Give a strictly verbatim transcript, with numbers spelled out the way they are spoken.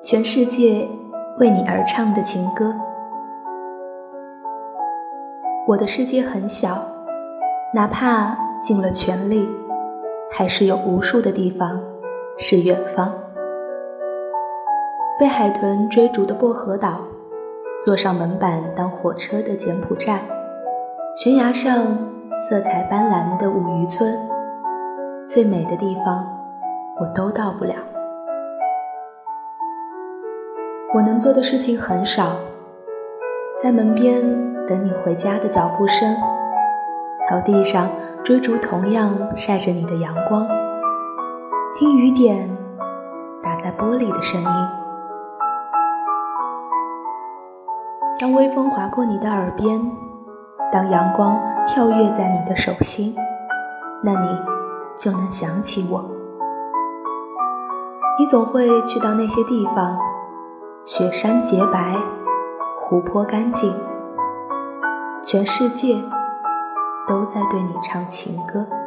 全世界为你而唱的情歌。我的世界很小，哪怕尽了全力，还是有无数的地方是远方。被海豚追逐的薄荷岛，坐上门板当火车的柬埔寨，悬崖上色彩斑斓的五渔村，最美的地方我都到不了。我能做的事情很少，在门边等你回家的脚步声，草地上追逐同样晒着你的阳光，听雨点打在玻璃的声音。当微风划过你的耳边，当阳光跳跃在你的手心，那你就能想起我。你总会去到那些地方，雪山洁白，湖泊干净，全世界都在对你唱情歌。